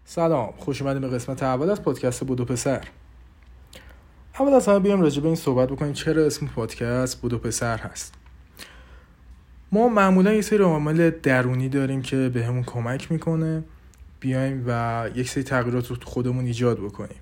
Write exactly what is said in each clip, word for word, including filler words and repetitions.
سلام، خوش اومدیم به قسمت اول از پادکست بودو پسر. اول از همه بیام راجع به این صحبت بکنیم چرا اسم پادکست بودو پسر هست. ما معمولا یه سری عوامل درونی داریم که بهمون کمک میکنه بیایم و یک سری تغییرات رو خودمون ایجاد بکنیم.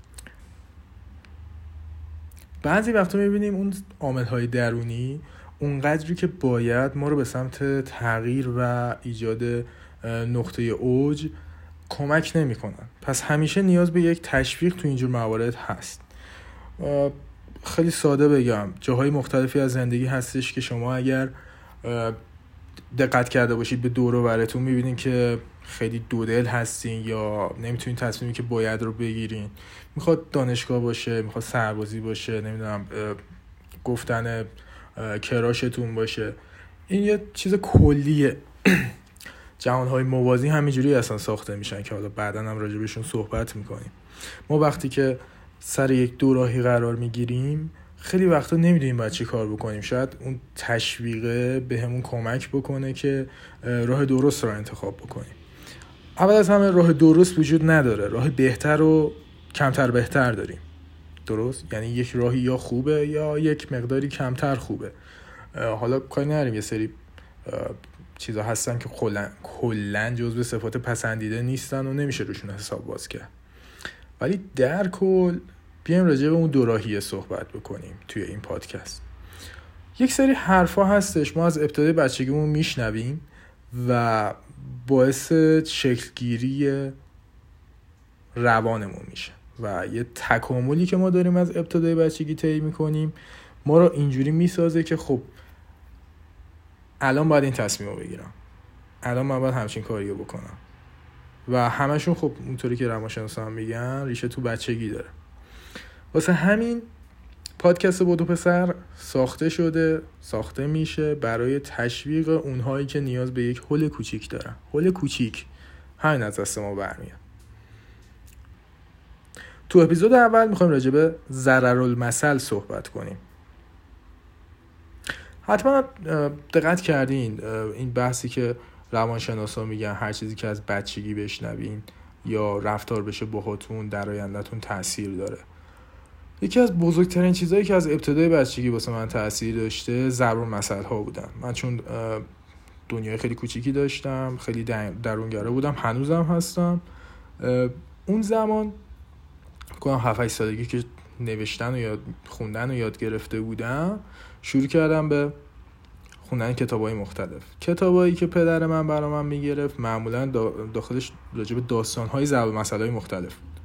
بعضی وقتا میبینیم اون عامل‌های درونی اونقدری که باید ما رو به سمت تغییر و ایجاد نقطه اوج کمک نمی کنن. پس همیشه نیاز به یک تشویق تو اینجور موارد هست. خیلی ساده بگم، جاهای مختلفی از زندگی هستش که شما اگر دقت کرده باشید به دور و براتون میبینین که خیلی دودل هستین یا نمیتونین تصمیمی که باید رو بگیرین. میخواد دانشگاه باشه، میخواد سربازی باشه، نمیدونم گفتن کراشتون باشه. این یه چیز کلیه. جهانهای موازی همینجوری اصلا ساخته میشن که حالا بعداً هم راجع بهشون صحبت میکنیم. ما وقتی که سر یک دوراهی قرار میگیریم خیلی وقتا نمیدونیم باید چی کار بکنیم. شاید اون تشویقه به همون کمک بکنه که راه درست رو انتخاب بکنیم. اول از همه راه درست وجود نداره، راه بهتر و کمتر بهتر داریم. درست؟ یعنی یک راهی یا خوبه یا یک مقداری کمتر خوبه. حالا کاری نداریم، یه سری چیزا هستن که کلن جزو صفات پسندیده نیستن و نمیشه روشون حساب باز کرد. ولی در کل بیایم راجع به اون دوراهیه صحبت بکنیم توی این پادکست. یک سری حرفا هستش ما از ابتدای بچگیمون میشنویم و باعث شکلگیری روانمون میشه و یه تکاملی که ما داریم از ابتدای بچگی طی میکنیم ما رو اینجوری میسازه که خب الان باید این تصمیم رو بگیرم، الان من باید همچین کاری رو بکنم و همشون خب اونطوری که روانشناسا هم میگن ریشه تو بچگی داره. واسه همین پادکست بودو پسر ساخته شده، ساخته میشه برای تشویق اونهایی که نیاز به یک هول کوچیک دارن. هول کوچیک همین از دست ما برمیاد. تو اپیزود اول میخوایم راجع به ضررالمثل صحبت کنیم. حتما دقت کردین این بحثی که روانشناسا میگن هر چیزی که از بچگی بشنوین یا رفتار بشه باهاتون در آیندهتون تأثیر داره. یکی از بزرگترین چیزایی که از ابتدای بچگی واسه من تأثیر داشته ضرب‌المثل ها بودن. من چون دنیای خیلی کوچیکی داشتم، خیلی درونگرا بودم، هنوزم هستم. اون زمان کنم هفت هشت سالگی که نوشتن و یاد خوندن و یاد گرفته بودم، شروع کردم به خوندن کتابای مختلف. کتابایی که پدر من برای من میگرفت معمولا داخلش راجع به داستان‌های ضرب‌المثل‌های مختلف بود.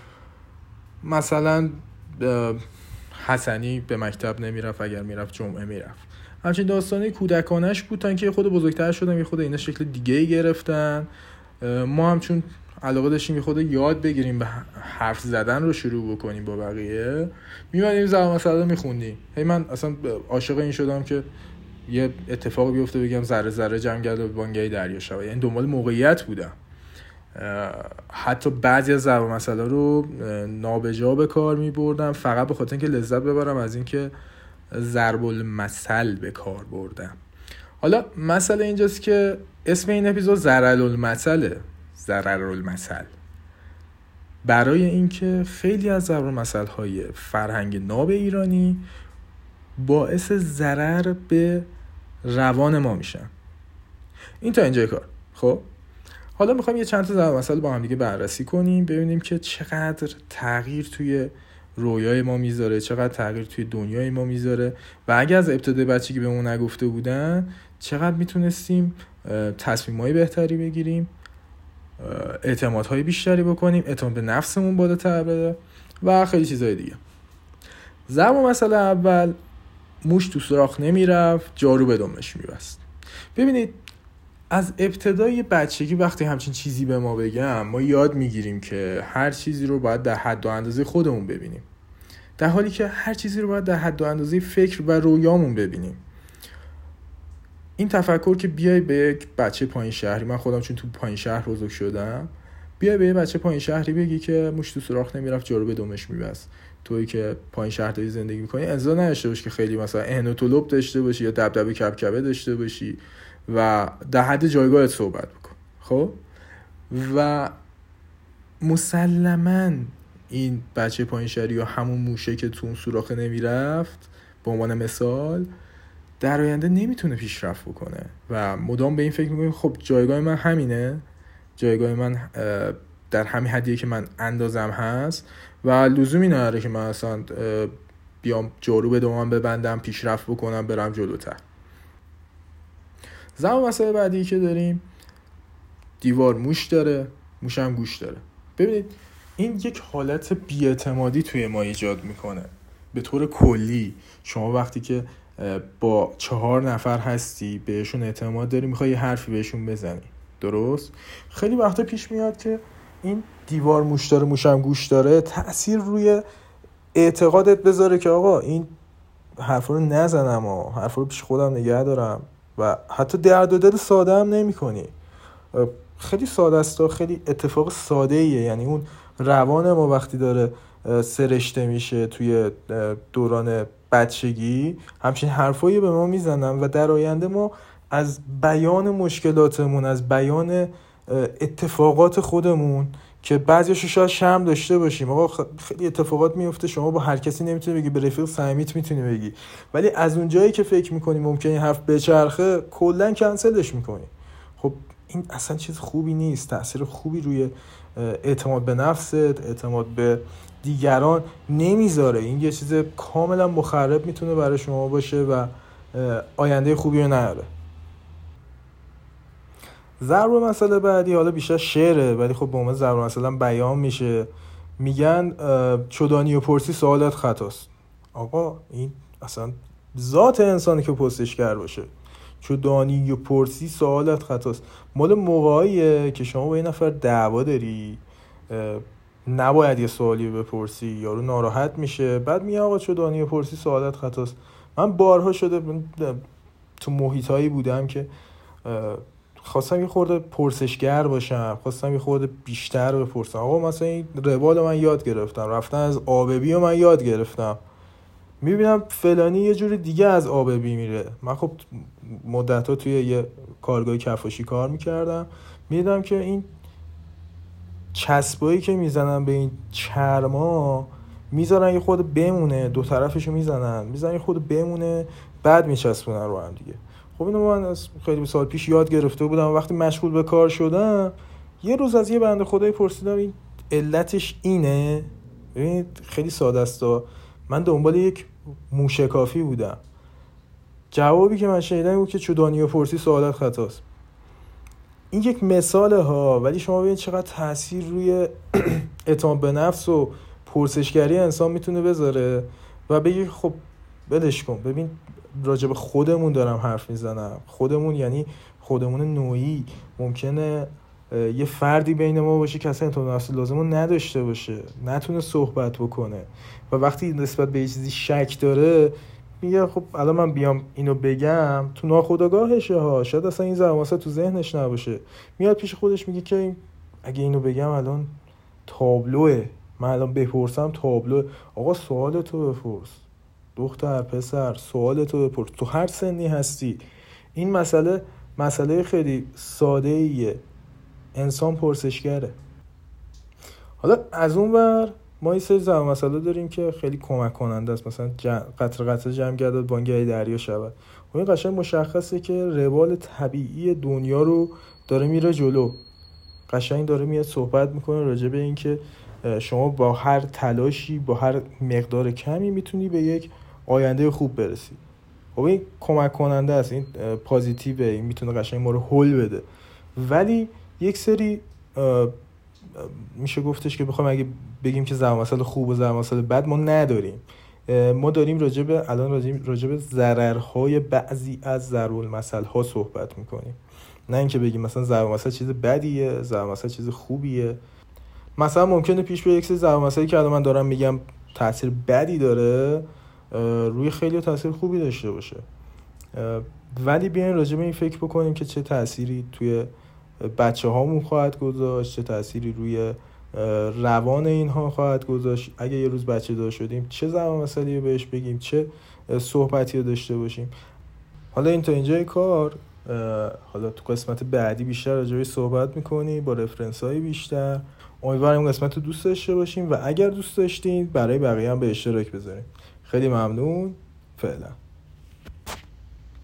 مثلا حسنی به مکتب نمیرفت، اگر میرفت جمعه میرفت. همچنین داستانی کودکانش بود تا که خود بزرگتر شدم یه خود اینا شکل دیگه‌ای گرفتن. ما هم چون علاقه داشتیم یه خود یاد بگیریم به حرف زدن رو شروع بکنیم با بقیه، می‌مدیم ضرب‌المثل رو می‌خوندیم. هی من اصلا عاشق این شدم که یه اتفاقی بیفته بگم ذره ذره جمع گرد به بانگی دریا شود. یعنی دنبال موقعیت بودم. حتی بعضی از ضرب‌المثل رو نابجا به کار می‌بردم فقط به خاطر اینکه لذت ببرم از اینکه ضرب المثل به کار بردم. حالا مسئله اینجاست که اسم این اپیزود ضررالمثله. ضررالمثل برای اینکه خیلی از ضرب‌المثل‌های فرهنگ ناب ایرانی باعث ضرر به روان ما میشن. این تا اینجای کار. خب حالا میخوایم یه چند تا ضرب‌المثل با هم دیگه بررسی کنیم، ببینیم که چقدر تغییر توی رویای ما میذاره، چقدر تغییر توی دنیای ما میذاره و اگه از ابتدای بچگی بهمون نگفته بودن چقدر میتونستیم تصمیمای بهتری بگیریم، اعتمادهای بیشتری بکنیم، اعتماد به نفسمون بالاتر بره و خیلی چیزای دیگه. ضرب‌المثل اول، موش تو سوراخ نمیرفت، جارو به دمش میبست. ببینید از ابتدای بچگی وقتی همچین چیزی به ما بگم ما یاد میگیریم که هر چیزی رو باید در حد و اندازه خودمون ببینیم، در حالی که هر چیزی رو باید در حد و اندازه فکر و رویامون ببینیم. این تفکر که بیای به یک بچه پایین شهری، من خودم چون تو پایین شهر بزرگ شدم، بیای به یک بچه پایین شهری بگی که موش تو سوراخ نمیرفت جارو به دمش میبست، تویی که پایین شهر داری زندگی میکنی انتظار نداشته باش که خیلی مثلا اهن و طلب داشته باشی یا دبدبه کبکبه داشته باشی و در حد جایگاهت صحبت بکن. خب و مسلماً این بچه پایین شهری یا همون موشه که تو اون سوراخ نمیرفت به عنوان مثال در آینده نمیتونه پیشرفت بکنه و مدام به این فکر میکنه خب جایگاه من همینه، جایگاه من در همین حدیه که من اندازم هست و لزومی نداره که من اصلا بیام جارو به دوام ببندم پیشرفت بکنم برم جلوتر. زمان مسئله بعدی که داریم دیوار موش داره، موش هم گوش داره. ببینید این یک حالت بی‌اعتمادی توی ما ایجاد میکنه. به طور کلی شما وقتی که با چهار نفر هستی بهشون اعتماد داری میخوای یه حرفی بهشون بزنی، درست؟ خیلی وقتا پیش میاد که این دیوار موش داره موش هم گوش داره تأثیر روی اعتقادت بذاره که آقا این حرفا رو نزنم و حرفا رو پیش خودم نگه دارم و حتی درد و دل ساده هم نمی کنی. خیلی ساده است و خیلی اتفاق ساده ایه. یعنی اون روان ما وقتی داره سرشته میشه توی دوران بچگی همچین حرفایی به ما میزنن و در آینده ما از بیان مشکلاتمون، از بیان اتفاقات خودمون که بعضیاشو شاید شرم داشته باشیم، آقا خیلی اتفاقات میفته شما با هر کسی نمیتونی بگی، به رفیق صمیمیت میتونی بگی، ولی از اون جایی که فکر میکنی ممکنه این حرف بچرخه کلا کنسلش میکنی. خب این اصلا چیز خوبی نیست، تأثیر خوبی روی اعتماد به نفست، اعتماد به دیگران نمیذاره. این یه چیز کاملا مخرب میتونه برای شما باشه و آینده خوبی رو نداره. ضرب مسئله بعدی حالا بیشتر شعره ولی خب به عنوان ضرب مسئله بیان میشه. میگن چودانی و پرسی سوالت خطاست. آقا این اصلا ذات انسانی که پرسشگر باشه، چودانی و پرسی سوالت خطاست. مال موقعیه که شما با یه نفر دعوا داری نباید یه سوالی بپرسی، یارو ناراحت میشه بعد میگه آقا چودانی و پرسی سوالت خطاست. من بارها شده تو محیطایی بودم که خواستم یه خورده پرسشگر باشم، خواستم یه خورده بیشتر بپرسم. آقا مثلا این روال من یاد گرفتم، رفتن از آببی و من یاد گرفتم، میبینم فلانی یه جور دیگه از آببی میره. من خب مدت‌ها توی یه کارگاه کفاشی کار میکردم، میدیدم که این چسبایی که میزنن به این چرما میذارن یه خود بمونه، دو طرفشو میزنن میزنن یه خود بمونه بعد میچسبونن رو هم دیگه. خب اینو من از خیلی سال پیش یاد گرفته بودم و وقتی مشغول به کار شدم یه روز از یه بنده خدایی پرسیدم این علتش اینه. ببینید خیلی ساده است، من دنبال یک موشکافی بودم. جوابی که من شنیدم بود که چودانی و پرسی سوالت خطاست. این یک مثاله ها، ولی شما ببینید چقدر تأثیر روی اعتماد به نفس و پرسشگری انسان میتونه بذاره و بگی خب ولش کن، ببین راجع به خودمون دارم حرف میزنم. خودمون یعنی خودمون نوعی. ممکنه یه فردی بین ما باشه که اصلا اعتماد به نفس لازمون نداشته باشه، نتونه صحبت بکنه و وقتی نسبت به یه چیزی شک داره میگه خب الان من بیام اینو بگم تو ناخودآگاهشه ها، شاید اصلا این زماسه تو ذهنش نباشه. میاد پیش خودش میگه که اگه اینو بگم الان تابلوه، من الان بپرسم تابلوه. آقا سوالتو بپرس، دختر پسر سوالتو بپرس، تو هر سنی هستی. این مسئله مسئله خیلی ساده ایه، انسان پرسشگره. حالا از اون ور ما یه سری ضرب مسئله داریم که خیلی کمک کننده است، مثلا قطره قطره جمع گردد بانگه دریا شود. و این قشنگ مشخصه که روال طبیعی دنیا رو داره میره جلو. قشنگ داره میاد صحبت میکنه راجع به این که شما با هر تلاشی با هر مقدار کمی میتونی به یک آینده خوب برسی. خب این کمک کننده است، این پوزیتیوه، این میتونه قشنگ ما رو هول بده. ولی یک سری میشه گفتش که بخوام اگه بگیم که ضرب مسئله خوب و ضرب مسئله بد ما نداریم. ما داریم راجع به الان راجع به ضررهای بعضی از ضرب المثل ها صحبت میکنیم، نه اینکه بگیم مثلا ضرب مسئله چیز بدیه، ضرب مسئله چیز خوبیه. مثلا ممکنه پیش بیاد یک سری ضرب مسئله که الان من دارم میگم تاثیر بدی داره روی خیلی تاثیر خوبی داشته باشه، ولی بیاین راجع به این فکر بکنیم که چه تأثیری توی بچه هامون خواهد گذاشت، چه تأثیری روی روان اینها خواهد گذاشت. اگه یه روز بچه دار شدیم چه ضرب مسئله‌ای رو بهش بگیم، چه صحبتی رو داشته باشیم. حالا این تا اینجای کار، حالا تو قسمت بعدی بیشتر راجع بهش صحبت میکنی با رفرنس های بیشتر. امیدوارم این قسمت رو دوست داشته باشین و اگر دوست داشتین برای بقیه هم به اشتراک بذارین. خیلی ممنون. فعلا.